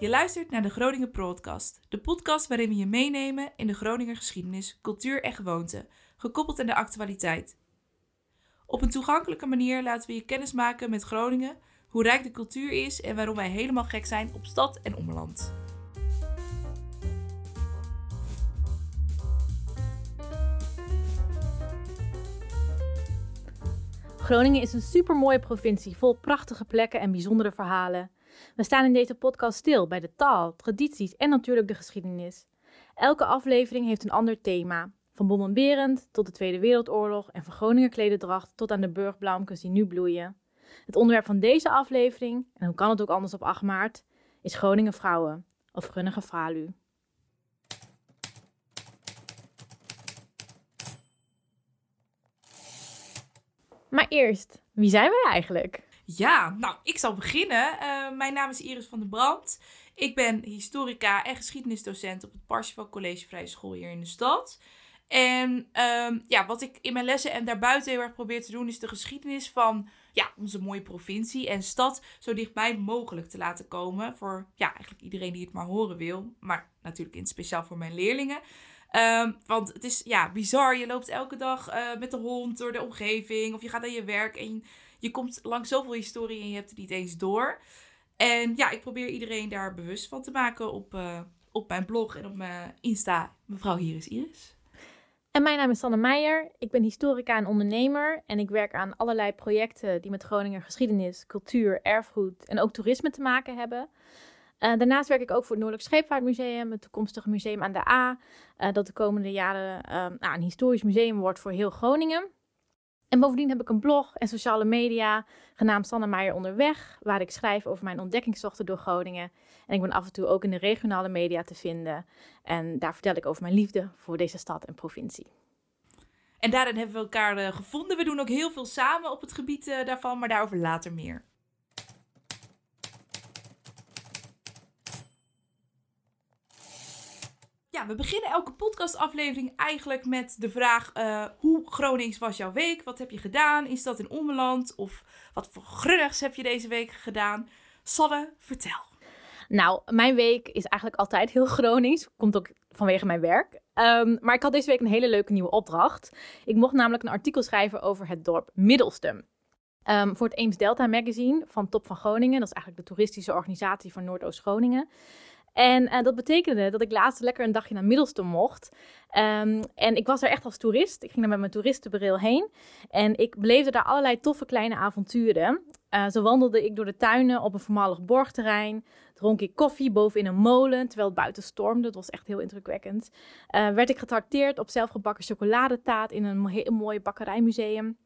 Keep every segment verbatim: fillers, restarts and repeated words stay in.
Je luistert naar de Groninger Podcast, de podcast waarin we je meenemen in de Groninger geschiedenis, cultuur en gewoonten, gekoppeld aan de actualiteit. Op een toegankelijke manier laten we je kennis maken met Groningen, hoe rijk de cultuur is en waarom wij helemaal gek zijn op stad en omland. Groningen is een supermooie provincie vol prachtige plekken en bijzondere verhalen. We staan in deze podcast stil bij de taal, tradities en natuurlijk de geschiedenis. Elke aflevering heeft een ander thema. Van Bom en Berend tot de Tweede Wereldoorlog en van Groninger klededracht tot aan de burgblaumkes die nu bloeien. Het onderwerp van deze aflevering, en hoe kan het ook anders op acht maart, is Groningen vrouwen of Grunnige Fralu. Maar eerst, wie zijn wij eigenlijk? Ja, nou, ik zal beginnen. Uh, mijn naam is Iris van der Brand. Ik ben historica en geschiedenisdocent op het Parsifal College Vrije School hier in de stad. En um, ja, wat ik in mijn lessen en daarbuiten heel erg probeer te doen, is de geschiedenis van ja, onze mooie provincie en stad zo dichtbij mogelijk te laten komen. Voor ja, eigenlijk iedereen die het maar horen wil. Maar natuurlijk in het speciaal voor mijn leerlingen. Um, want het is ja, bizar. Je loopt elke dag uh, met de hond door de omgeving. Of je gaat naar je werk en je, je komt langs zoveel historie en je hebt het niet eens door. En ja, ik probeer iedereen daar bewust van te maken op, uh, op mijn blog en op mijn Insta. Mevrouw, hier is Iris. En mijn naam is Sanne Meijer. Ik ben historica en ondernemer. En ik werk aan allerlei projecten die met Groninger geschiedenis, cultuur, erfgoed en ook toerisme te maken hebben. Uh, daarnaast werk ik ook voor het Noordelijk Scheepvaartmuseum, het toekomstige museum aan de A. Uh, dat de komende jaren uh, nou, een historisch museum wordt voor heel Groningen. En bovendien heb ik een blog en sociale media genaamd Sanne Meijer Onderweg, waar ik schrijf over mijn ontdekkingstochten door Groningen. En ik ben af en toe ook in de regionale media te vinden. En daar vertel ik over mijn liefde voor deze stad en provincie. En daarin hebben we elkaar uh, gevonden. We doen ook heel veel samen op het gebied uh, daarvan, maar daarover later meer. Ja, we beginnen elke podcastaflevering eigenlijk met de vraag, uh, hoe Gronings was jouw week? Wat heb je gedaan? Is dat in Ommeland? Of wat voor grunnigs heb je deze week gedaan? Sanne, vertel. Nou, mijn week is eigenlijk altijd heel Gronings. Komt ook vanwege mijn werk. Um, maar ik had deze week een hele leuke nieuwe opdracht. Ik mocht namelijk een artikel schrijven over het dorp Middelstum. Um, voor het Eems Delta magazine van Top van Groningen. Dat is eigenlijk de toeristische organisatie van Noordoost-Groningen. En uh, dat betekende dat ik laatst lekker een dagje naar Middelstum mocht. Um, en ik was er echt als toerist. Ik ging daar met mijn toeristenbril heen. En ik beleefde daar allerlei toffe kleine avonturen. Uh, zo wandelde ik door de tuinen op een voormalig borgterrein. Dronk ik koffie bovenin een molen, terwijl het buiten stormde. Dat was echt heel indrukwekkend. Uh, werd ik getrakteerd op zelfgebakken chocoladetaart in een heel mooi bakkerijmuseum.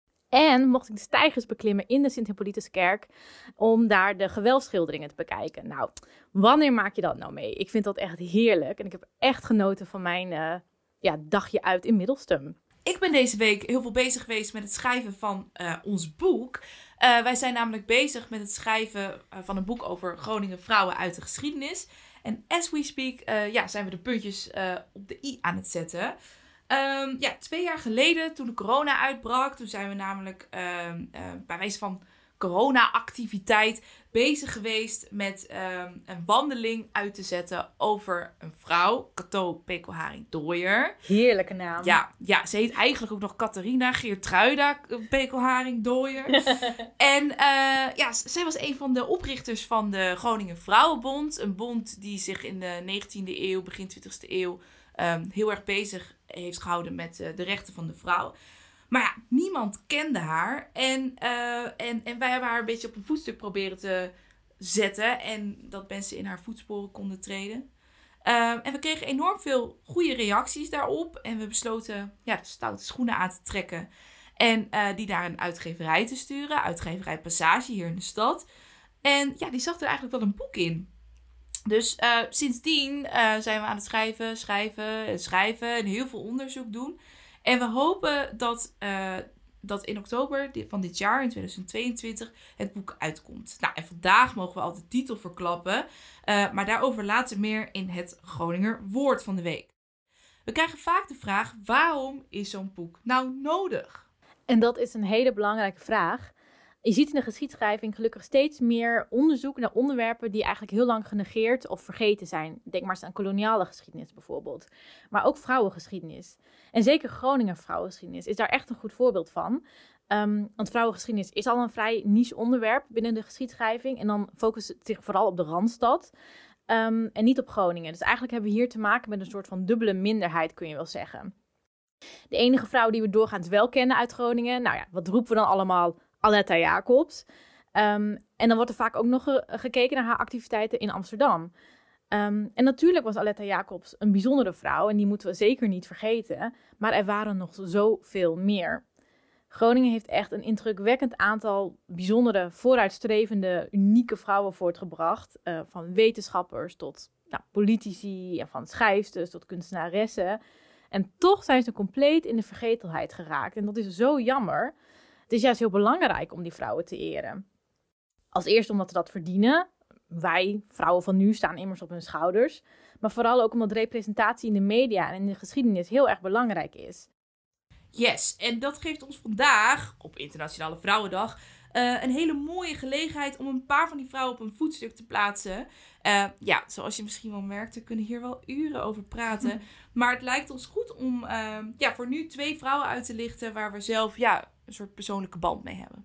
En mocht ik de steigers beklimmen in de Sint-Hippolytuskerk om daar de gewelfschilderingen te bekijken. Nou, wanneer maak je dat nou mee? Ik vind dat echt heerlijk en ik heb echt genoten van mijn uh, ja, dagje uit in Middelstum. Ik ben deze week heel veel bezig geweest met het schrijven van uh, ons boek. Uh, wij zijn namelijk bezig met het schrijven uh, van een boek over Groningen vrouwen uit de geschiedenis. En as we speak uh, ja, zijn we de puntjes uh, op de i aan het zetten. Um, ja, twee jaar geleden, toen de corona uitbrak, toen zijn we namelijk uh, uh, bij wijze van corona-activiteit bezig geweest met um, een wandeling uit te zetten over een vrouw, Cato Pekelharing-Dooijer. Heerlijke naam. Ja, ja, ze heet eigenlijk ook nog Catharina Geertruida Pekelharing-Dooijer. En uh, ja, zij was een van de oprichters van de Groningen Vrouwenbond. Een bond die zich in de negentiende eeuw, begin twintigste eeuw um, heel erg bezig heeft gehouden met uh, de rechten van de vrouw. Maar ja, niemand kende haar. En, uh, en, en wij hebben haar een beetje op een voetstuk proberen te zetten. En dat mensen in haar voetsporen konden treden. Uh, en we kregen enorm veel goede reacties daarop. En we besloten ja, de stoute schoenen aan te trekken. En uh, die naar een uitgeverij te sturen. Uitgeverij Passage hier in de stad. En ja, die zag er eigenlijk wel een boek in. Dus uh, sindsdien uh, zijn we aan het schrijven, schrijven en schrijven. En heel veel onderzoek doen. En we hopen dat, uh, dat in oktober van dit jaar, in tweeduizend tweeëntwintig, het boek uitkomt. Nou, en vandaag mogen we al de titel verklappen. Uh, maar daarover later meer in het Groninger woord van de week. We krijgen vaak de vraag, waarom is zo'n boek nou nodig? En dat is een hele belangrijke vraag. Je ziet in de geschiedschrijving gelukkig steeds meer onderzoek naar onderwerpen die eigenlijk heel lang genegeerd of vergeten zijn. Denk maar eens aan koloniale geschiedenis bijvoorbeeld. Maar ook vrouwengeschiedenis. En zeker Groninger vrouwengeschiedenis is daar echt een goed voorbeeld van. Um, want vrouwengeschiedenis is al een vrij niche onderwerp binnen de geschiedschrijving. En dan focust het zich vooral op de Randstad. Um, en niet op Groningen. Dus eigenlijk hebben we hier te maken met een soort van dubbele minderheid, kun je wel zeggen. De enige vrouw die we doorgaans wel kennen uit Groningen. Nou ja, wat roepen we dan allemaal? Aletta Jacobs. Um, en dan wordt er vaak ook nog ge- gekeken naar haar activiteiten in Amsterdam. Um, en natuurlijk was Aletta Jacobs een bijzondere vrouw. En die moeten we zeker niet vergeten. Maar er waren nog zoveel meer. Groningen heeft echt een indrukwekkend aantal bijzondere, vooruitstrevende, unieke vrouwen voortgebracht. Uh, van wetenschappers tot nou, politici en van schrijfsters tot kunstenaressen. En toch zijn ze compleet in de vergetelheid geraakt. En dat is zo jammer. Het is juist heel belangrijk om die vrouwen te eren. Als eerste omdat ze dat verdienen. Wij, vrouwen van nu, staan immers op hun schouders. Maar vooral ook omdat representatie in de media en in de geschiedenis heel erg belangrijk is. Yes, en dat geeft ons vandaag, op Internationale Vrouwendag, uh, een hele mooie gelegenheid om een paar van die vrouwen op een voetstuk te plaatsen. Uh, ja, zoals je misschien wel merkt, we kunnen hier wel uren over praten. Hm. Maar het lijkt ons goed om uh, ja, voor nu twee vrouwen uit te lichten waar we zelf ja, een soort persoonlijke band mee hebben.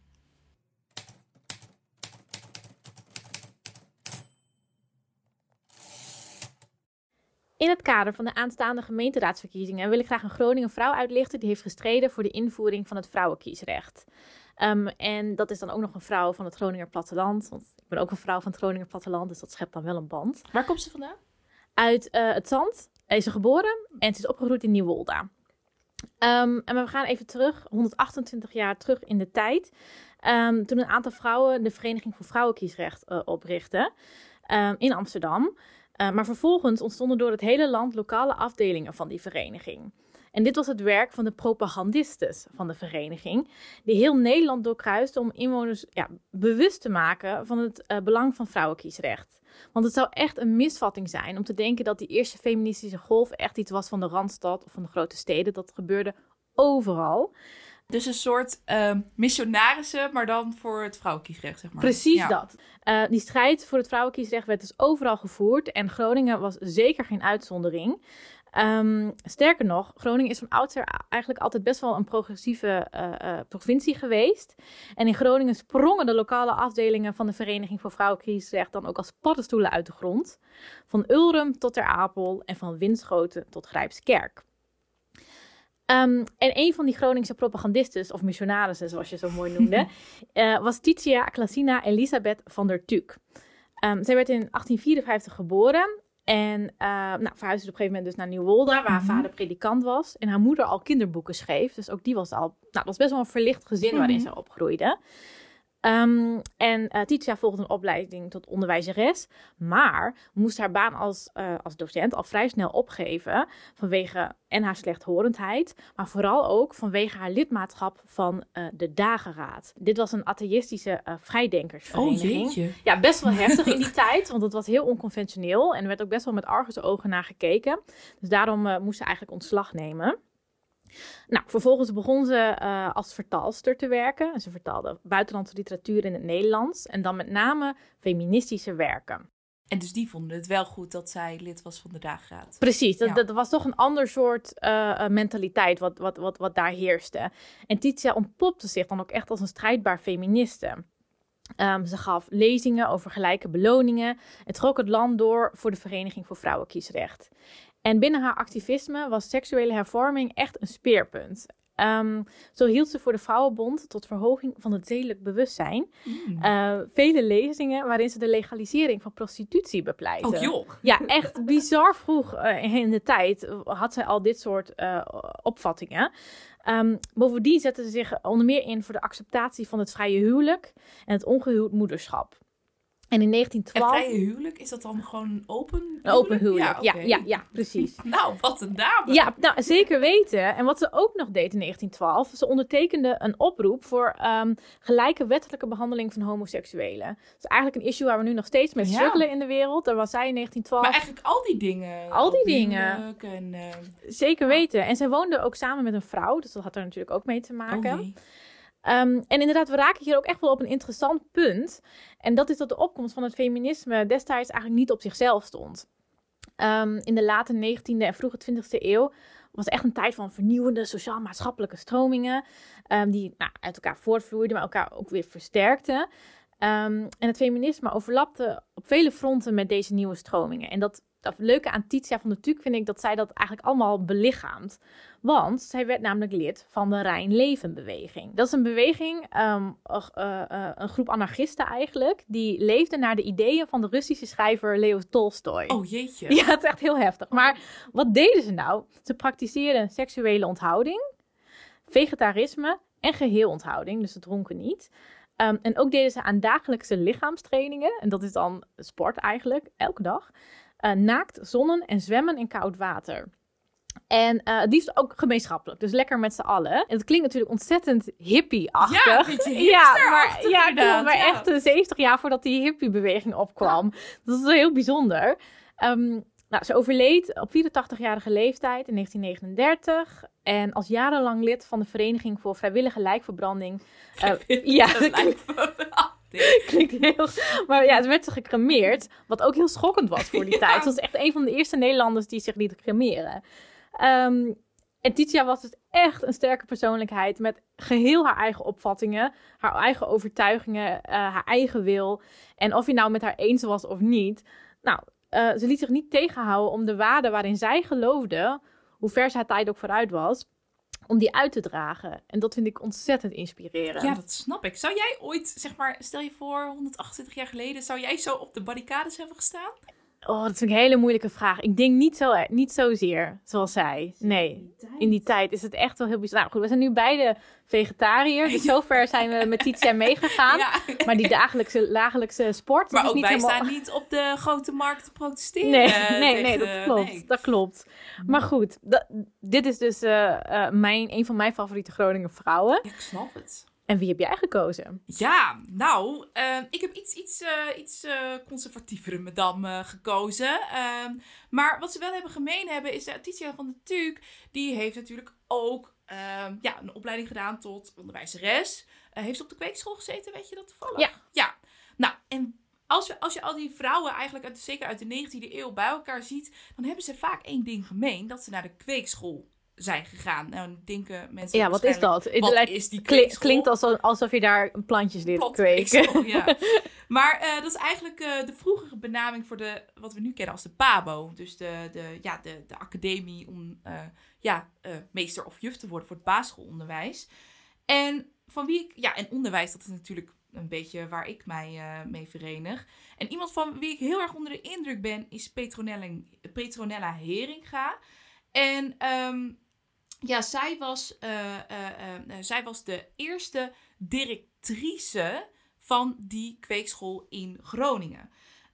In het kader van de aanstaande gemeenteraadsverkiezingen wil ik graag een Groninger vrouw uitlichten die heeft gestreden voor de invoering van het vrouwenkiesrecht. Um, en dat is dan ook nog een vrouw van het Groninger platteland. Want ik ben ook een vrouw van het Groninger platteland, dus dat schept dan wel een band. Waar komt ze vandaan? Uit uh, het Zand is ze geboren en ze is opgegroeid in Nieuwolda. Um, en we gaan even terug, honderdachtentwintig jaar terug in de tijd. Um, toen een aantal vrouwen de Vereniging voor Vrouwenkiesrecht uh, oprichtten um, in Amsterdam. Uh, maar vervolgens ontstonden door het hele land lokale afdelingen van die vereniging. En dit was het werk van de propagandistes van de vereniging, die heel Nederland doorkruisten om inwoners ja, bewust te maken van het uh, belang van vrouwenkiesrecht. Want het zou echt een misvatting zijn om te denken dat die eerste feministische golf echt iets was van de Randstad of van de grote steden. Dat gebeurde overal. Dus een soort uh, missionarissen, maar dan voor het vrouwenkiesrecht, zeg maar. Precies ja. dat. Uh, die strijd voor het vrouwenkiesrecht werd dus overal gevoerd. En Groningen was zeker geen uitzondering. Um, sterker nog, Groningen is van oudsher eigenlijk altijd best wel een progressieve uh, uh, provincie geweest. En in Groningen sprongen de lokale afdelingen van de Vereniging voor Vrouwenkiesrecht dan ook als paddenstoelen uit de grond. Van Ulrum tot Ter Apel en van Winschoten tot Grijpskerk. Um, en een van die Groningse propagandistes, of missionarissen zoals je zo mooi noemde, uh, was Titia Clasina Elisabeth van der Tuuk. Um, zij werd in achttien vierenvijftig geboren en uh, nou, verhuisde op een gegeven moment dus naar Nieuwolda, waar haar Mm-hmm. vader predikant was. En haar moeder al kinderboeken schreef, dus ook die was al, nou, dat was best wel een verlicht gezin mm-hmm. waarin ze opgroeide. Um, en uh, Titia volgde een opleiding tot onderwijzeres, maar moest haar baan als, uh, als docent al vrij snel opgeven vanwege en haar slechthorendheid, maar vooral ook vanwege haar lidmaatschap van uh, de Dageraad. Dit was een atheïstische uh, vrijdenkersvereniging. Oh jeetje. Ja, best wel heftig in die tijd, want het was heel onconventioneel en er werd ook best wel met argusogen naar gekeken. Dus daarom uh, moest ze eigenlijk ontslag nemen. Nou, vervolgens begon ze uh, als vertaalster te werken. Ze vertaalde buitenlandse literatuur in het Nederlands en dan met name feministische werken. En dus die vonden het wel goed dat zij lid was van de Dageraad. Precies, dat, ja. dat was toch een ander soort uh, mentaliteit wat, wat, wat, wat daar heerste. En Titia ontpopte zich dan ook echt als een strijdbaar feministe. Um, ze gaf lezingen over gelijke beloningen en trok het land door voor de Vereniging voor Vrouwenkiesrecht. En binnen haar activisme was seksuele hervorming echt een speerpunt. Um, zo hield ze voor de Vrouwenbond tot verhoging van het zedelijk bewustzijn. Mm. Uh, vele lezingen waarin ze de legalisering van prostitutie bepleitte. Oh joh. Ja, echt bizar vroeg uh, in de tijd had zij al dit soort uh, opvattingen. Um, bovendien zette ze zich onder meer in voor de acceptatie van het vrije huwelijk en het ongehuwd moederschap. En in negentien twaalf... En vrije huwelijk, is dat dan gewoon open huwelijk? Een open huwelijk, ja, okay. ja, ja, ja, precies. Nou, wat een dame. Ja, nou, zeker weten. En wat ze ook nog deed in negentien twaalf, ze ondertekende een oproep voor um, gelijke wettelijke behandeling van homoseksuelen. Dat is eigenlijk een issue waar we nu nog steeds mee struggelen ja. in de wereld. Daar was zij in negentien twaalf. Maar eigenlijk al die dingen. Al die dingen. En, uh... Zeker weten. En zij woonde ook samen met een vrouw, dus dat had er natuurlijk ook mee te maken. Oh, nee. Um, en inderdaad, we raken hier ook echt wel op een interessant punt. En dat is dat de opkomst van het feminisme destijds eigenlijk niet op zichzelf stond. Um, in de late negentiende en vroege twintigste eeuw was echt een tijd van vernieuwende sociaal-maatschappelijke stromingen. Um, die nou, uit elkaar voortvloeiden, maar elkaar ook weer versterkten. Um, en het feminisme overlapte op vele fronten met deze nieuwe stromingen. En dat, dat leuke aan Titia van der Tuuk vind ik dat zij dat eigenlijk allemaal belichaamt. Want zij werd namelijk lid van de Rein-Leven-beweging. Dat is een beweging, um, uh, uh, een groep anarchisten eigenlijk, die leefden naar de ideeën van de Russische schrijver Leo Tolstoj. Oh jeetje. Ja, het is echt heel heftig. Maar wat deden ze nou? Ze praktiseerden seksuele onthouding, vegetarisme en geheelonthouding, dus ze dronken niet. Um, en ook deden ze aan dagelijkse lichaamstrainingen, en dat is dan sport eigenlijk, elke dag. Uh, naakt zonnen en zwemmen in koud water. En uh, het liefst ook gemeenschappelijk, dus lekker met z'n allen. En het klinkt natuurlijk ontzettend hippie-achtig. Ja, een beetje ja, maar, ja, inderdaad. maar Ja. echt zeventig jaar voordat die hippie-beweging opkwam. Ja. Dat is wel heel bijzonder. Um, nou, ze overleed op vierentachtigjarige leeftijd in negentien negenendertig. En als jarenlang lid van de Vereniging voor Vrijwillige Lijkverbranding. Vrijwillige uh, ja, lijkverbranding. Klinkt heel... Maar ja, ze werd ze gecremeerd. Wat ook heel schokkend was voor die ja. tijd. Ze was echt een van de eerste Nederlanders die zich lieten cremeren. Um, en Titia was dus echt een sterke persoonlijkheid. Met geheel haar eigen opvattingen. Haar eigen overtuigingen. Uh, haar eigen wil. En of je nou met haar eens was of niet. Nou, uh, ze liet zich niet tegenhouden om de waarden waarin zij geloofde. Hoe ver haar tijd ook vooruit was. Om die uit te dragen. En dat vind ik ontzettend inspirerend. Ja, dat snap ik. Zou jij ooit, zeg maar, stel je voor, honderdachtentwintig jaar geleden, zou jij zo op de barricades hebben gestaan? Oh, dat vind ik een hele moeilijke vraag. Ik denk niet, zo, niet zozeer zoals zij. Nee, in die tijd is het echt wel heel bijzonder. Nou goed, we zijn nu beide vegetariër. Dus zover zijn we met Titia meegegaan. Ja. Maar die dagelijkse, dagelijkse sport... Maar is ook niet wij helemaal... staan niet op de grote markt te protesteren. Nee, uh, nee, tegen, nee, dat klopt. Nee. Dat klopt. Maar goed, dat, dit is dus uh, uh, mijn, een van mijn favoriete Groninger vrouwen. Ik snap het. En wie heb jij gekozen? Ja, nou, uh, ik heb iets, iets, uh, iets uh, conservatievere madame uh, gekozen. Uh, maar wat ze wel hebben gemeen hebben is dat Titia van der Tuuk, die heeft natuurlijk ook uh, ja, een opleiding gedaan tot onderwijzeres. Uh, heeft ze op de kweekschool gezeten, weet je dat toevallig? Ja. Ja, nou, en als, we, als je al die vrouwen eigenlijk, uit, zeker uit de negentiende eeuw, bij elkaar ziet, dan hebben ze vaak één ding gemeen, dat ze naar de kweekschool zijn gegaan. Nou, dan denken mensen ja, wat is dat? Wat lijkt, is die kweekschool? Klinkt alsof, alsof je daar plantjes leert kweken. Ja. Maar uh, dat is eigenlijk uh, de vroegere benaming voor de, wat we nu kennen als de PABO. Dus de, de, ja, de, de academie om uh, ja, uh, meester of juf te worden voor het basisschoolonderwijs. En van wie ik, ja, en onderwijs, dat is natuurlijk een beetje waar ik mij uh, mee verenig. En iemand van wie ik heel erg onder de indruk ben, is Petronella, Petronella Heringa. En um, ja, zij was, uh, uh, uh, zij was de eerste directrice van die kweekschool in Groningen.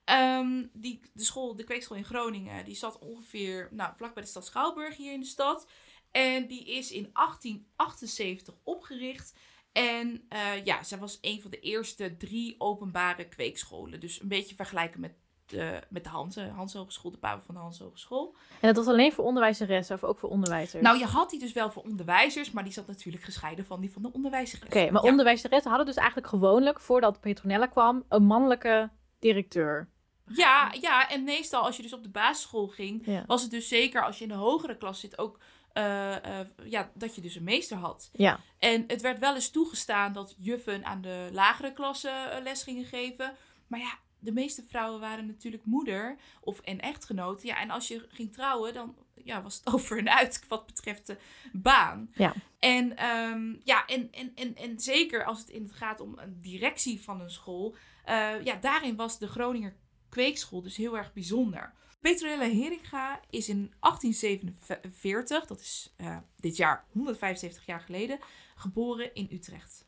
Um, die, de, school, de kweekschool in Groningen, die zat ongeveer nou, vlak bij de stad Schouwburg hier in de stad. En die is in achttien achtenzeventig opgericht. En uh, ja, zij was een van de eerste drie openbare kweekscholen. Dus een beetje vergelijken met de, met de Hanse, Hanse Hogeschool, de PABO van de Hanse Hogeschool. En dat was alleen voor onderwijzeressen of ook voor onderwijzers? Nou, je had die dus wel voor onderwijzers, maar die zat natuurlijk gescheiden van die van de onderwijzeressen. Oké, okay, maar ja. onderwijzeressen hadden dus eigenlijk gewoonlijk, voordat Petronella kwam, een mannelijke directeur. Ja, ja, en meestal als je dus op de basisschool ging, ja. was het dus zeker als je in de hogere klas zit ook Uh, uh, ja, dat je dus een meester had. Ja. En het werd wel eens toegestaan dat juffen aan de lagere klassen uh, les gingen geven. Maar ja, de meeste vrouwen waren natuurlijk moeder of en echtgenoot. Ja, en als je ging trouwen, dan ja, was het over en uit wat betreft de baan. Ja. En, um, ja, en, en, en, en zeker als het in het gaat om een directie van een school. Uh, ja, daarin was de Groninger kweekschool dus heel erg bijzonder. Petronella Heringa is in achttien zevenenveertig, dat is uh, dit jaar honderdvijfenzeventig jaar geleden, geboren in Utrecht.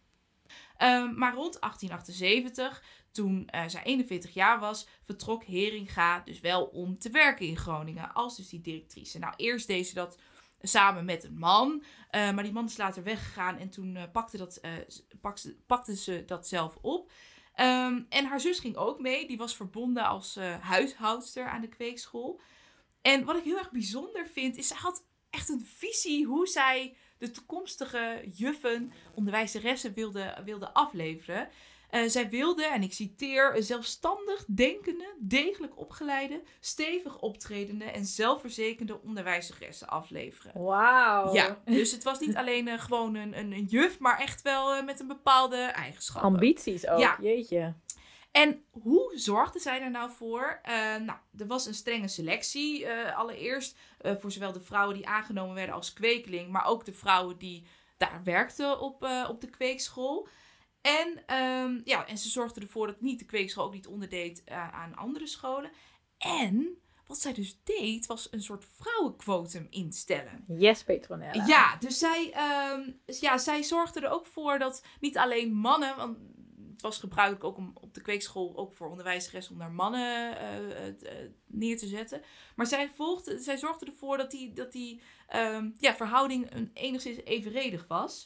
Um, maar rond achttien achtenzeventig, toen uh, zij eenenveertig jaar was, vertrok Heringa dus wel om te werken in Groningen als dus die directrice. Nou, eerst deed ze dat samen met een man, uh, maar die man is later weggegaan en toen uh, pakte, dat, uh, pakte, pakte ze dat zelf op. Um, en haar zus ging ook mee. Die was verbonden als uh, huishoudster aan de kweekschool. En wat ik heel erg bijzonder vind, is zij had echt een visie hoe zij de toekomstige juffen, onderwijzeressen wilde, wilde afleveren. Uh, zij wilde, en ik citeer, een zelfstandig denkende, degelijk opgeleide, stevig optredende en zelfverzekerde onderwijzeressen afleveren. Wauw. Ja, dus het was niet alleen uh, gewoon een, een, een juf, maar echt wel uh, met een bepaalde eigenschappen. Ambities ook, ja. Jeetje. En hoe zorgde zij er nou voor? Uh, nou, er was een strenge selectie. Uh, allereerst uh, voor zowel de vrouwen die aangenomen werden als kweekeling, maar ook de vrouwen die daar werkten op, uh, op de kweekschool. En, um, ja, en ze zorgde ervoor dat niet de kweekschool ook niet onderdeed uh, aan andere scholen. En wat zij dus deed, was een soort vrouwenquotum instellen. Yes, Petronella. Ja, dus zij, um, ja, zij zorgde er ook voor dat niet alleen mannen, want het was gebruikelijk ook om op de kweekschool, ook voor onderwijzeressen, om daar mannen uh, uh, neer te zetten. Maar zij, volgde, zij zorgde ervoor dat die, dat die um, ja, verhouding een, enigszins evenredig was.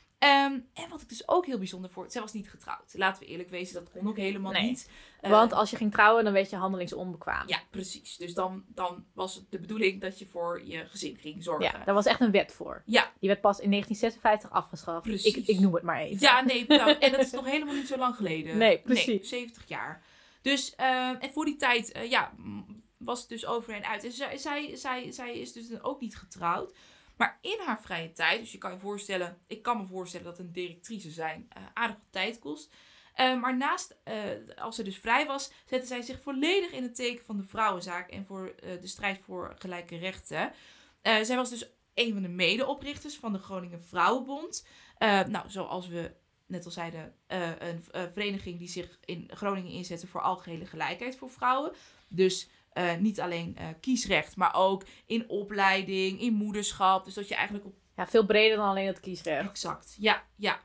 Um, en wat ik dus ook heel bijzonder vond, zij was niet getrouwd. Laten we eerlijk wezen, dat kon ook helemaal nee. niet. Uh, Want als je ging trouwen, dan werd je handelingsonbekwaam. Ja, precies. Dus dan, dan was het de bedoeling dat je voor je gezin ging zorgen. Ja, daar was echt een wet voor. Ja. Die werd pas in negentien zesenvijftig afgeschaft. Precies. Ik, ik noem het maar even. Ja, nee, nou, en dat is nog helemaal niet zo lang geleden. Nee, precies. Nee, zeventig jaar. Dus, uh, en voor die tijd, uh, ja, was het dus over en uit. En zij, zij, zij, zij is dus ook niet getrouwd. Maar in haar vrije tijd, dus je kan je voorstellen, ik kan me voorstellen dat een directrice zijn uh, aardig wat tijd kost. Uh, maar naast, uh, als ze dus vrij was, zette zij zich volledig in het teken van de vrouwenzaak en voor uh, de strijd voor gelijke rechten. Uh, zij was dus een van de medeoprichters van de Groningen Vrouwenbond. Uh, nou, zoals we net al zeiden, uh, een uh, vereniging die zich in Groningen inzette voor algehele gelijkheid voor vrouwen. Dus Uh, niet alleen uh, kiesrecht, maar ook in opleiding, in moederschap. Dus dat je eigenlijk op... Ja, veel breder dan alleen het kiesrecht. Exact, ja, ja.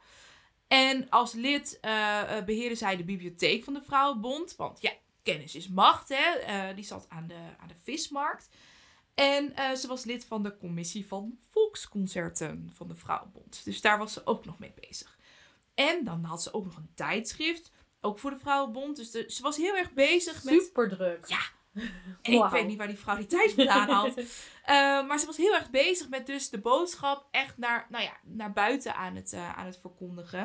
En als lid uh, uh, beheerde zij de bibliotheek van de Vrouwenbond. Want ja, kennis is macht, hè. Uh, die zat aan de, aan de vismarkt. En uh, ze was lid van de commissie van volksconcerten van de Vrouwenbond. Dus daar was ze ook nog mee bezig. En dan had ze ook nog een tijdschrift, ook voor de Vrouwenbond. Dus de, ze was heel erg bezig met... Super druk. Ja. En wow. Ik weet niet waar die vrouw die tijd vandaan had. uh, maar ze was heel erg bezig met dus de boodschap echt naar, nou ja, naar buiten aan het, uh, aan het verkondigen.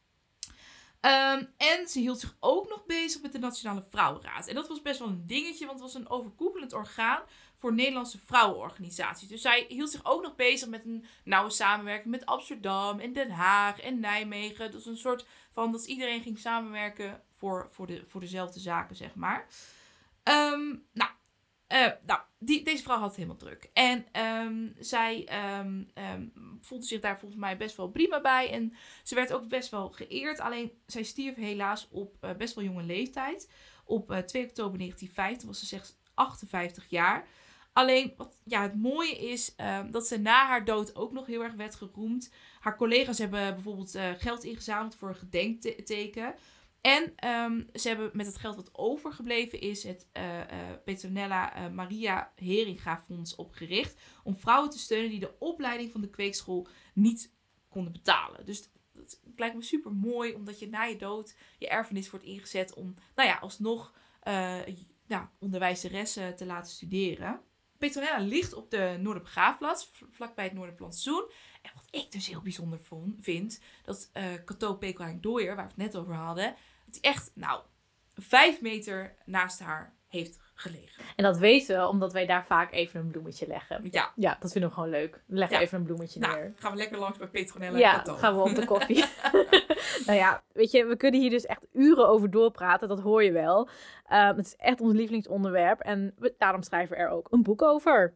Um, en ze hield zich ook nog bezig met de Nationale Vrouwenraad. En dat was best wel een dingetje, want het was een overkoepelend orgaan voor Nederlandse vrouwenorganisaties. Dus zij hield zich ook nog bezig met een nauwe samenwerking met Amsterdam en Den Haag en Nijmegen. Dus een soort van dat iedereen ging samenwerken voor, voor, de, voor dezelfde zaken, zeg maar. Um, nou, uh, nou die, deze vrouw had het helemaal druk. En um, zij um, um, voelde zich daar volgens mij best wel prima bij. En ze werd ook best wel geëerd. Alleen, zij stierf helaas op uh, best wel jonge leeftijd. Op uh, twee oktober negentien vijftig was ze slechts achtenvijftig jaar. Alleen, wat ja, het mooie is um, dat ze na haar dood ook nog heel erg werd geroemd. Haar collega's hebben bijvoorbeeld uh, geld ingezameld voor een gedenkteken. En um, ze hebben met het geld wat overgebleven is het uh, uh, Petronella uh, Maria Heringa Fonds opgericht. Om vrouwen te steunen die de opleiding van de kweekschool niet konden betalen. Dus het lijkt me super mooi omdat je na je dood je erfenis wordt ingezet om nou ja, alsnog uh, nou, onderwijzeressen te laten studeren. Petronella ligt op de Noorderbegraafplaats, vlakbij het Noorderplantsoen. En wat ik dus heel bijzonder vond, vind, dat uh, Cato Pekelharing-Dooijer, waar we het net over hadden, dat hij echt, nou, vijf meter naast haar heeft gelegen. En dat weten we omdat wij daar vaak even een bloemetje leggen. Ja. Ja, dat vinden we gewoon leuk. We leggen ja. even een bloemetje nou, neer. Gaan we lekker langs bij Petronella ja, en Cato. Ja, gaan we op de koffie. Nou ja, weet je, we kunnen hier dus echt uren over doorpraten. Dat hoor je wel. Uh, het is echt ons lievelingsonderwerp. En we, daarom schrijven we er ook een boek over.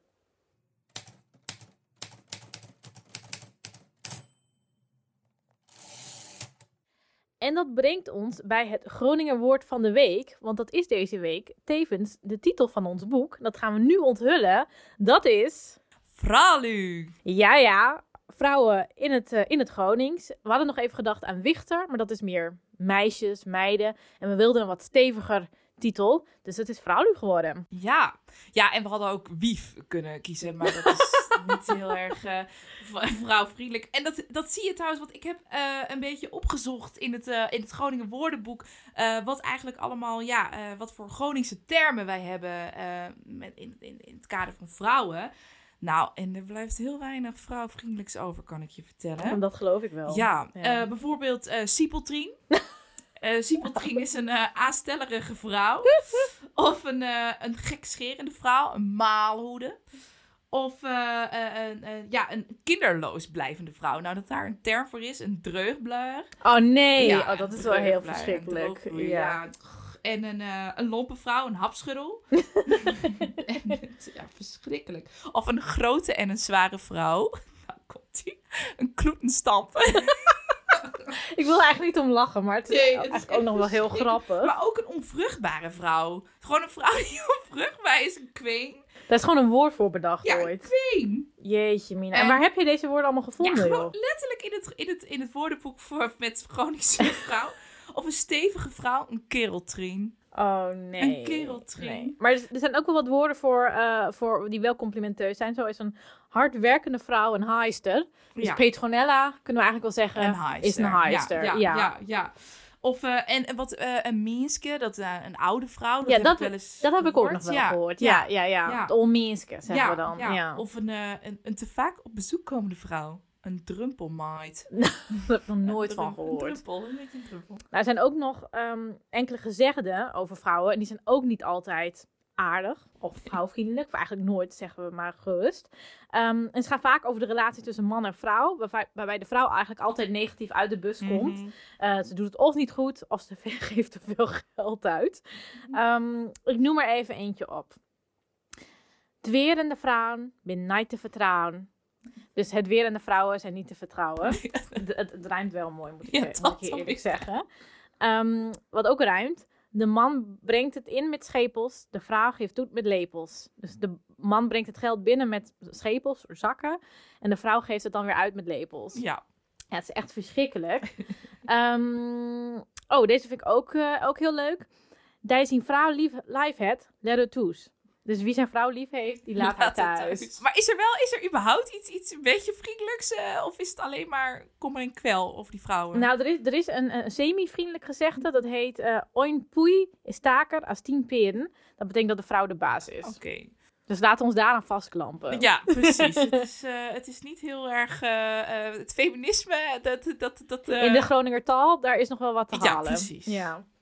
En dat brengt ons bij het Groninger woord van de week. Want dat is deze week tevens de titel van ons boek. Dat gaan we nu onthullen. Dat is... Fralu. Ja, ja. Vrouwen in het, uh, in het Gronings. We hadden nog even gedacht aan Wichter. Maar dat is meer meisjes, meiden. En we wilden een wat steviger titel. Dus het is Fralu geworden. Ja. Ja, en we hadden ook Wief kunnen kiezen. Maar dat is niet heel erg uh, vrouwvriendelijk. En dat, dat zie je trouwens. Want ik heb uh, een beetje opgezocht in het, uh, in het Groninger woordenboek. Uh, wat eigenlijk allemaal, ja, uh, wat voor Groningse termen wij hebben uh, met, in, in, in het kader van vrouwen. Nou, en er blijft heel weinig vrouwvriendelijks over, kan ik je vertellen. Dat geloof ik wel. Ja, Ja. Uh, bijvoorbeeld uh, Siepeltrien. Uh, Siepeltrien is een uh, aanstellerige vrouw. Of een, uh, een gekscherende vrouw, een maalhoede. Of uh, uh, uh, uh, ja, een kinderloos blijvende vrouw. Nou, dat daar een term voor is, een dreugblaar. Oh nee, ja, oh, dat is wel heel verschrikkelijk. Ja. ja. En een, uh, een lompe vrouw, een hapschuddel. en, ja, verschrikkelijk. Of een grote en een zware vrouw. Nou, komt die. Een kloetenstampen. Ik wil er eigenlijk niet om lachen, maar het is, nee, het is ook nog wel heel grappig. Maar ook een onvruchtbare vrouw. Gewoon een vrouw die onvruchtbaar is, een kween. Daar is gewoon een woord voor bedacht ja, ooit. Ja, kween. Jeetje, Mina. En, en waar heb je deze woorden allemaal gevonden, ja, gewoon joh? letterlijk in het, in het, in het woordenboek voor, met Groningse vrouw. Of een stevige vrouw, een kereltrien. Oh, nee. Een kereltrien. Nee. Maar er, er zijn ook wel wat woorden voor, uh, voor die wel complimenteus zijn. Zo is een hardwerkende vrouw een haaister. Dus ja. Petronella, kunnen we eigenlijk wel zeggen, een is een haaister. Ja, ja, ja. ja, ja. Of uh, en wat uh, een Minske, dat uh, een oude vrouw. Dat ja, heb dat, ik wel eens dat heb ik ook nog wel ja. gehoord. Ja, ja, ja. ja. ja. Het old Minske, zeggen ja, we dan. Ja. Ja. Of een, uh, een, een te vaak op bezoek komende vrouw. Een drumpelmaid. Daar heb ik nog nooit van gehoord. Een druppel, een beetje een druppel. Nou, er zijn ook nog um, enkele gezegden over vrouwen. En die zijn ook niet altijd aardig of vrouwvriendelijk. Of eigenlijk nooit, zeggen we maar gerust. Um, en ze gaan vaak over de relatie tussen man en vrouw. Waarbij, waarbij de vrouw eigenlijk altijd negatief uit de bus komt. Mm-hmm. Uh, ze doet het of niet goed, of ze geeft te veel geld uit. Um, ik noem er even eentje op. Dwerende vrouwen ben niet te vertrouwen. Dus het weer en de vrouwen zijn niet te vertrouwen. het, het, het rijmt wel mooi, moet ik, ja, moet ik eerlijk zeggen. Um, wat ook rijmt. De man brengt het in met schepels. De vrouw geeft toe met lepels. Dus de man brengt het geld binnen met schepels, zakken. En de vrouw geeft het dan weer uit met lepels. Ja. Ja, het is echt verschrikkelijk. um, oh, deze vind ik ook, uh, ook heel leuk. Die zijn vrouw lief, lief het, let het toes. Dus wie zijn vrouw lief heeft, die laat, laat haar thuis. thuis. Maar is er wel, is er überhaupt iets, iets een beetje vriendelijks? Uh, of is het alleen maar kommer en kwel over die vrouwen? Nou, er is, er is een, een semi-vriendelijk gezegde. Dat heet uh, oin pui is taker als tien peren. Dat betekent dat de vrouw de baas is. Oké. Okay. Dus laten we ons daaraan vastklampen. Ja, precies. het, is, uh, het is niet heel erg... Uh, uh, het feminisme, dat... dat, dat uh... In de Groninger taal, daar is nog wel wat te ja, halen. Precies. Ja, precies.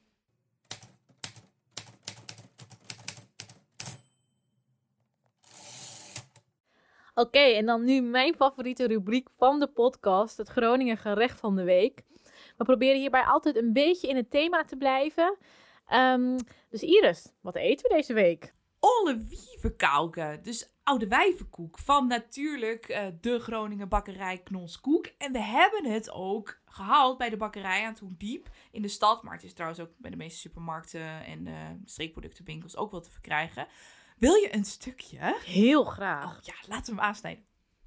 Oké, okay, en dan nu mijn favoriete rubriek van de podcast, het Groninger gerecht van de week. We proberen hierbij altijd een beetje in het thema te blijven. Um, dus Iris, wat eten we deze week? Olle wievenkauken, dus oude wijvenkoek van natuurlijk uh, de Groninger bakkerij Knolskoek. En we hebben het ook gehaald bij de bakkerij aan Toen Diep in de stad. Maar het is trouwens ook bij de meeste supermarkten en uh, streekproductenwinkels ook wel te verkrijgen. Wil je een stukje? Heel graag. Oh, ja, laten we hem aansnijden.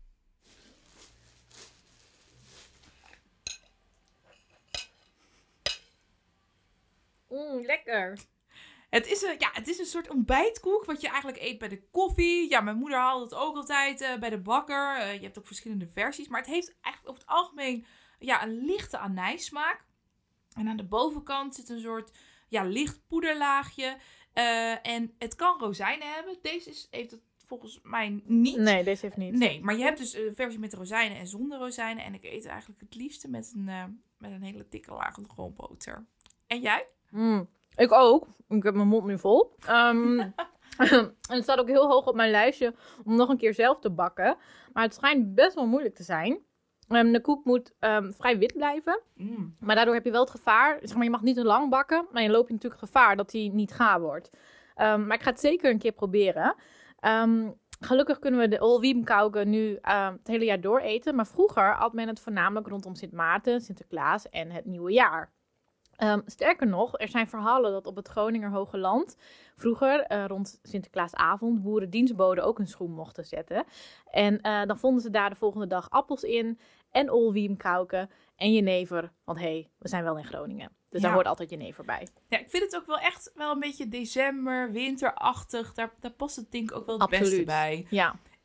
Mmm, lekker. Het is, een, ja, het is een soort ontbijtkoek wat je eigenlijk eet bij de koffie. Ja, mijn moeder haalde het ook altijd uh, bij de bakker. Uh, je hebt ook verschillende versies. Maar het heeft eigenlijk over het algemeen ja, een lichte anijssmaak. En aan de bovenkant zit een soort ja, licht poederlaagje. Uh, en het kan rozijnen hebben. Deze is, heeft het volgens mij niet. Nee, deze heeft niet. Nee, maar je hebt dus een versie met rozijnen en zonder rozijnen. En ik eet eigenlijk het liefste met een, uh, met een hele dikke laag roomboter. En jij? Mm, ik ook. Ik heb mijn mond nu vol. Um, en het staat ook heel hoog op mijn lijstje om nog een keer zelf te bakken. Maar het schijnt best wel moeilijk te zijn. Um, de koek moet um, vrij wit blijven. Mm. Maar daardoor heb je wel het gevaar. Zeg maar, je mag niet te lang bakken. Maar je loopt natuurlijk gevaar dat hij niet gaar wordt. Um, maar ik ga het zeker een keer proberen. Um, gelukkig kunnen we de olwiebenkauken nu uh, het hele jaar door eten. Maar vroeger at men het voornamelijk rondom Sint Maarten, Sinterklaas en het nieuwe jaar. Um, sterker nog, er zijn verhalen dat op het Groninger Hoge Land vroeger uh, rond Sinterklaasavond boeren dienstboden ook een schoen mochten zetten. En uh, dan vonden ze daar de volgende dag appels in en olwiebenkauken en jenever. Want hé, hey, we zijn wel in Groningen. Dus ja. Daar hoort altijd jenever bij. Ja, ik vind het ook wel echt wel een beetje december, winterachtig. Daar, daar past het denk ik ook wel het Absoluut. beste bij. Ja. En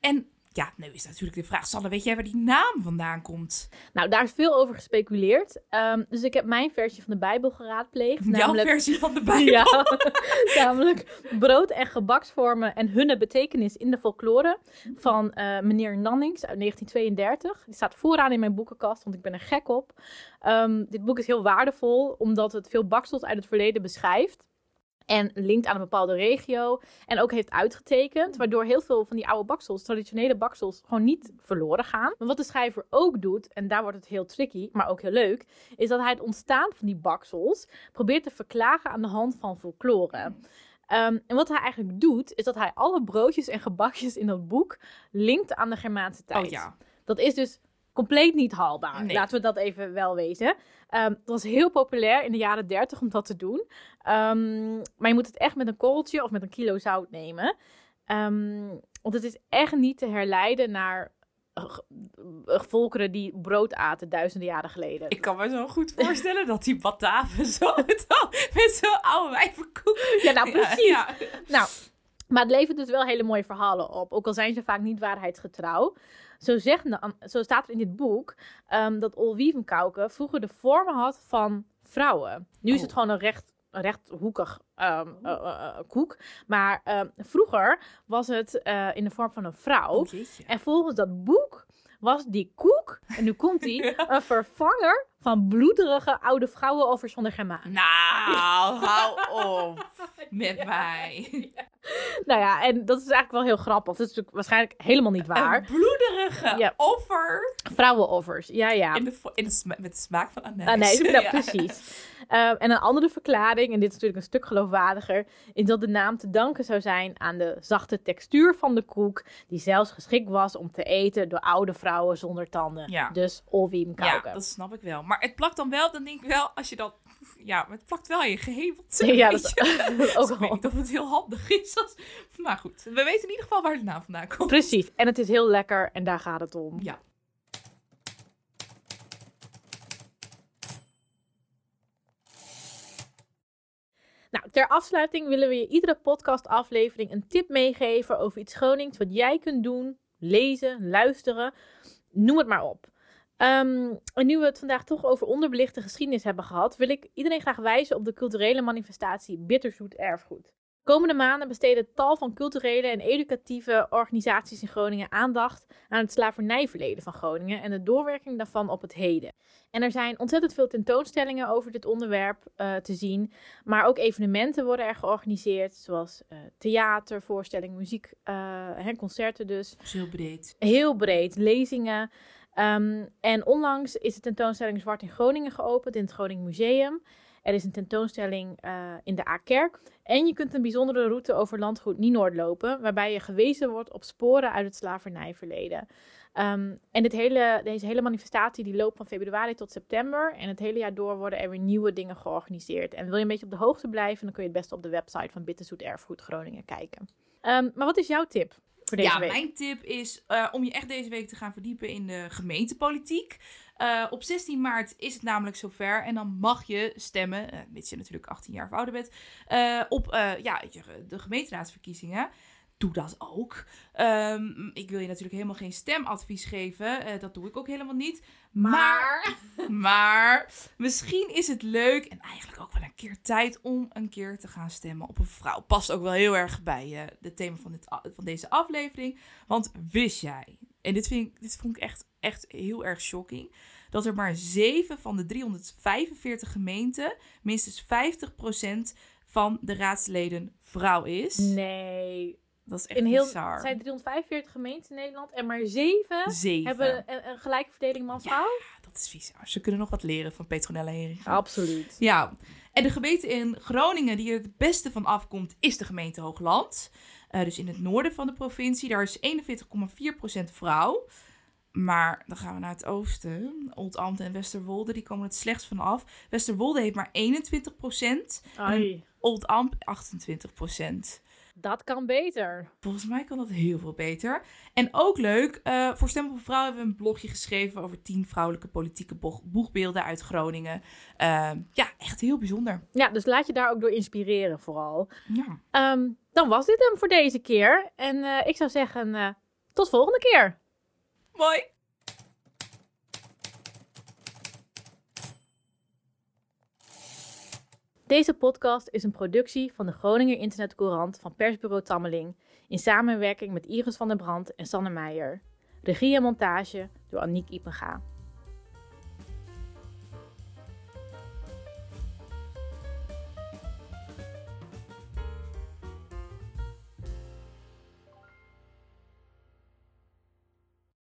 ja, nu is natuurlijk de vraag, Sanne, weet jij waar die naam vandaan komt? Nou, daar is veel over gespeculeerd. Um, dus ik heb mijn versie van de Bijbel geraadpleegd. Jouw namelijk... versie van de Bijbel? Ja, namelijk brood- en gebaksvormen en hun betekenis in de folklore van uh, meneer Nannings uit negentien tweeëndertig. Die staat vooraan in mijn boekenkast, want ik ben er gek op. Um, dit boek is heel waardevol, omdat het veel baksels uit het verleden beschrijft. En linkt aan een bepaalde regio. En ook heeft uitgetekend. Waardoor heel veel van die oude baksels, traditionele baksels, gewoon niet verloren gaan. Maar wat de schrijver ook doet, en daar wordt het heel tricky, maar ook heel leuk, is dat hij het ontstaan van die baksels probeert te verklaren aan de hand van folklore. Um, en wat hij eigenlijk doet, is dat hij alle broodjes en gebakjes in dat boek linkt aan de Germaanse tijd. Oh ja. Dat is dus compleet niet haalbaar. Nee. Laten we dat even wel wezen. Um, het was heel populair in de jaren dertig om dat te doen. Um, maar je moet het echt met een korreltje of met een kilo zout nemen. Um, want het is echt niet te herleiden naar uh, volkeren die brood aten duizenden jaren geleden. Ik kan me zo goed voorstellen dat die Bataven zo met zo'n oude wijvenkoek... Ja, nou precies. Ja, ja. Nou, maar het levert dus wel hele mooie verhalen op. Ook al zijn ze vaak niet waarheidsgetrouw. Zo, zegt, zo staat er in dit boek um, dat Olwievenkauke vroeger de vormen had van vrouwen. Nu is oh. het gewoon een recht, een rechthoekig um, uh, uh, uh, koek. Maar um, vroeger was het uh, in de vorm van een vrouw. Oh, en volgens dat boek was die koek, en nu komt die, een vervanger van bloederige oude vrouwenoffers van de Germanen. Nou, hou op met ja. mij. Ja. Nou ja, en dat is eigenlijk wel heel grappig. Dat is natuurlijk waarschijnlijk helemaal niet waar. Een bloederige ja. offer. Vrouwenoffers, ja, ja. In de, in de sma- met de smaak van anijs. Anijs, ja, ja. precies. Uh, en een andere verklaring, en dit is natuurlijk een stuk geloofwaardiger, is dat de naam te danken zou zijn aan de zachte textuur van de koek, die zelfs geschikt was om te eten door oude vrouwen zonder tanden. Ja. Dus Olwievenkauke. Ja, dat snap ik wel. Maar het plakt dan wel, dan denk ik wel, als je dat... Ja, maar het plakt wel in je geheveld. Ja, dat is ook dus ik weet niet of het heel handig is. Als... Maar goed, we weten in ieder geval waar de naam vandaan komt. Precies, en het is heel lekker en daar gaat het om. Ja. Nou, ter afsluiting willen we je iedere podcastaflevering een tip meegeven over iets Gronings wat jij kunt doen, lezen, luisteren, noem het maar op. Um, en nu we het vandaag toch over onderbelichte geschiedenis hebben gehad, wil ik iedereen graag wijzen op de culturele manifestatie Bitterzoet Erfgoed. Komende maanden besteden tal van culturele en educatieve organisaties in Groningen aandacht aan het slavernijverleden van Groningen en de doorwerking daarvan op het heden. En er zijn ontzettend veel tentoonstellingen over dit onderwerp uh, te zien, maar ook evenementen worden er georganiseerd, zoals uh, theater, voorstellingen, muziek, uh, en concerten dus. Dus heel breed. Heel breed, lezingen. Um, en onlangs is de tentoonstelling Zwart in Groningen geopend in het Groningen Museum. Er is een tentoonstelling uh, in de A-kerk. En je kunt een bijzondere route over landgoed Nienoord lopen, waarbij je gewezen wordt op sporen uit het slavernijverleden. Um, en dit hele, deze hele manifestatie die loopt van februari tot september. En het hele jaar door worden er weer nieuwe dingen georganiseerd. En wil je een beetje op de hoogte blijven, dan kun je het beste op de website van Bitterzoet Erfgoed Groningen kijken. Um, maar wat is jouw tip voor deze ja, week? Mijn tip is uh, om je echt deze week te gaan verdiepen in de gemeentepolitiek. Uh, op zestien maart is het namelijk zover en dan mag je stemmen, uh, mits je natuurlijk achttien jaar of ouder bent, uh, op uh, ja, de gemeenteraadsverkiezingen. Doe dat ook. Um, ik wil je natuurlijk helemaal geen stemadvies geven. Uh, dat doe ik ook helemaal niet. Maar, maar misschien is het leuk en eigenlijk ook wel een keer tijd om een keer te gaan stemmen op een vrouw. Past ook wel heel erg bij uh, het thema van, dit, van deze aflevering. Want wist jij, en dit, vind ik, dit vond ik echt, echt heel erg shocking, dat er maar zeven van de driehonderdvijfenveertig gemeenten minstens vijftig procent van de raadsleden vrouw is. Nee. Dat is echt in heel, bizar. Er zijn driehonderdvijfenveertig gemeenten in Nederland en maar zeven, zeven. hebben een, een gelijke verdeling man-vrouw. Ja, dat is bizar. Ze kunnen nog wat leren van Petronella Heringa. Absoluut. Ja, en de gemeente in Groningen die er het beste van afkomt is de gemeente Hoogland. Uh, dus in het noorden van de provincie. Daar is eenenveertig komma vier procent vrouw. Maar dan gaan we naar het oosten. Oldambt en Westerwolde, die komen het slechtst van af. Westerwolde heeft maar eenentwintig procent. En Oldambt achtentwintig procent. Dat kan beter. Volgens mij kan dat heel veel beter. En ook leuk, uh, voor Stem op een Vrouw hebben we een blogje geschreven over tien vrouwelijke politieke boeg- boegbeelden uit Groningen. Uh, ja, echt heel bijzonder. Ja, dus laat je daar ook door inspireren vooral. Ja. Um, dan was dit hem voor deze keer. En uh, ik zou zeggen, uh, Tot volgende keer! Mooi! Deze podcast is een productie van de Groninger Internet Courant van Persbureau Tammeling in samenwerking met Iris van der Brand en Sanne Meijer. Regie en montage door Aniek Ipenga.